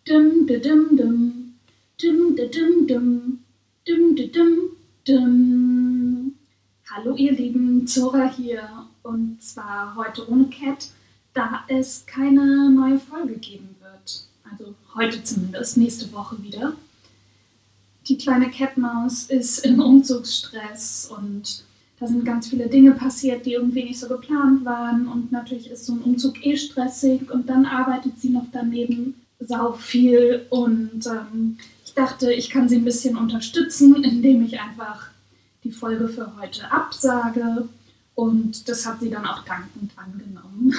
Dum, da, dum, dum. Dum, da, dum, dum. Dum, da, dum, dum. Hallo ihr Lieben, Zora hier. Und zwar heute ohne Cat, da es keine neue Folge geben wird. Also heute zumindest, nächste Woche wieder. Die kleine Catmaus ist im Umzugsstress und da sind ganz viele Dinge passiert, die irgendwie nicht so geplant waren. Und natürlich ist so ein Umzug stressig und dann arbeitet sie noch daneben sau viel. Und ich dachte, ich kann sie ein bisschen unterstützen, indem ich einfach die Folge für heute absage. Und das hat sie dann auch dankend angenommen.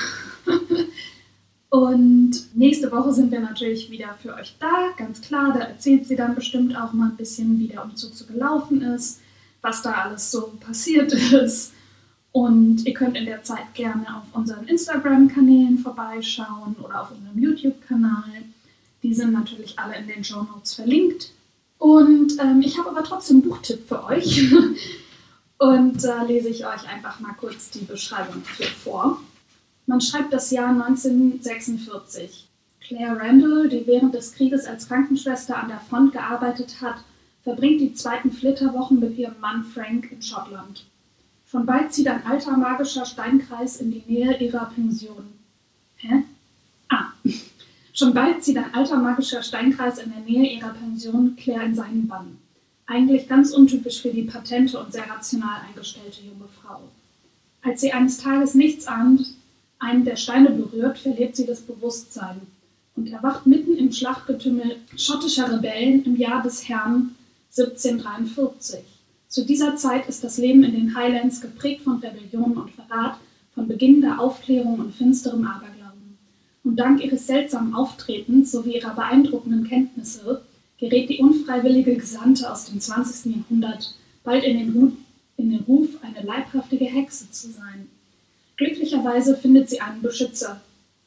Und nächste Woche sind wir natürlich wieder für euch da, ganz klar. Da erzählt sie dann bestimmt auch mal ein bisschen, wie der Umzug so gelaufen ist, was da alles so passiert ist. Und ihr könnt in der Zeit gerne auf unseren Instagram-Kanälen vorbeischauen oder auf unserem YouTube-Kanal. Die sind natürlich alle in den Shownotes verlinkt. Und ich habe aber trotzdem einen Buchtipp für euch. Und da lese ich euch einfach mal kurz die Beschreibung für vor. Man schreibt das Jahr 1946. Claire Randall, die während des Krieges als Krankenschwester an der Front gearbeitet hat, verbringt die zweiten Flitterwochen mit ihrem Mann Frank in Schottland. Schon bald zieht ein alter magischer Steinkreis in die Nähe ihrer Pension. Schon bald zieht ein alter magischer Steinkreis in der Nähe ihrer Pension Claire in seinen Bann. Eigentlich ganz untypisch für die patente und sehr rational eingestellte junge Frau. Als sie eines Tages nichts ahnt, einen der Steine berührt, verliert sie das Bewusstsein und erwacht mitten im Schlachtgetümmel schottischer Rebellen im Jahr des Herrn 1743. Zu dieser Zeit ist das Leben in den Highlands geprägt von Rebellion und Verrat, von beginnender Aufklärung und finsterem Aberglauben. Und dank ihres seltsamen Auftretens sowie ihrer beeindruckenden Kenntnisse gerät die unfreiwillige Gesandte aus dem 20. Jahrhundert bald in den Ruf, eine leibhaftige Hexe zu sein. Glücklicherweise findet sich ein Beschützer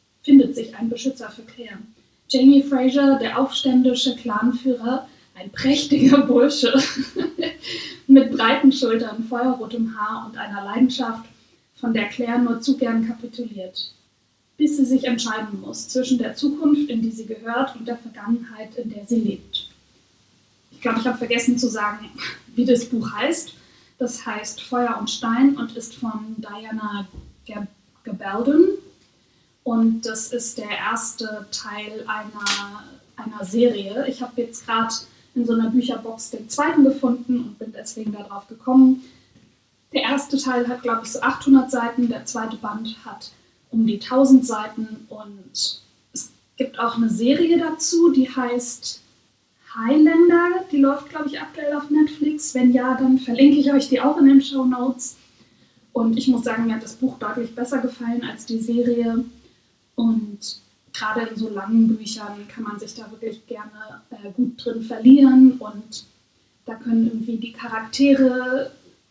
für Claire. Jamie Fraser, der aufständische Clanführer, ein prächtiger Bursche mit breiten Schultern, feuerrotem Haar und einer Leidenschaft, von der Claire nur zu gern kapituliert. Bis sie sich entscheiden muss zwischen der Zukunft, in die sie gehört, und der Vergangenheit, in der sie lebt. Ich glaube, ich habe vergessen zu sagen, wie das Buch heißt. Das heißt Feuer und Stein und ist von Diana Gabaldon. Und das ist der erste Teil einer Serie. Ich habe jetzt gerade in so einer Bücherbox den zweiten gefunden und bin deswegen darauf gekommen. Der erste Teil hat, glaube ich, so 800 Seiten, der zweite Band hat um die 1000 Seiten und es gibt auch eine Serie dazu, die heißt Highlander. Die läuft, glaube ich, aktuell auf Netflix. Wenn ja, dann verlinke ich euch die auch in den Shownotes. Und ich muss sagen, mir hat das Buch deutlich besser gefallen als die Serie. Und gerade in so langen Büchern kann man sich da wirklich gerne gut drin verlieren. Und da können irgendwie die Charaktere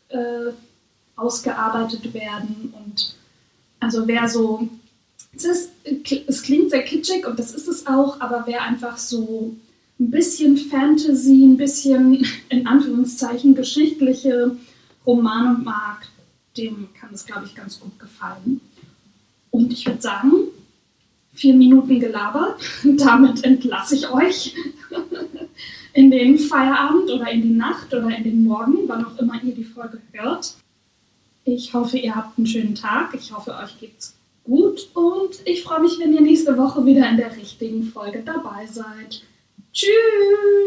ausgearbeitet werden. Und also wer so, es klingt sehr kitschig und das ist es auch, aber wer einfach so ein bisschen Fantasy, ein bisschen in Anführungszeichen geschichtliche Romane mag, dem kann es, glaube ich, ganz gut gefallen. Und ich würde sagen, 4 Minuten gelabert, damit entlasse ich euch in den Feierabend oder in die Nacht oder in den Morgen, wann auch immer ihr die Folge hört. Ich hoffe, ihr habt einen schönen Tag. Ich hoffe, euch geht's gut und ich freue mich, wenn ihr nächste Woche wieder in der richtigen Folge dabei seid. Tschüss!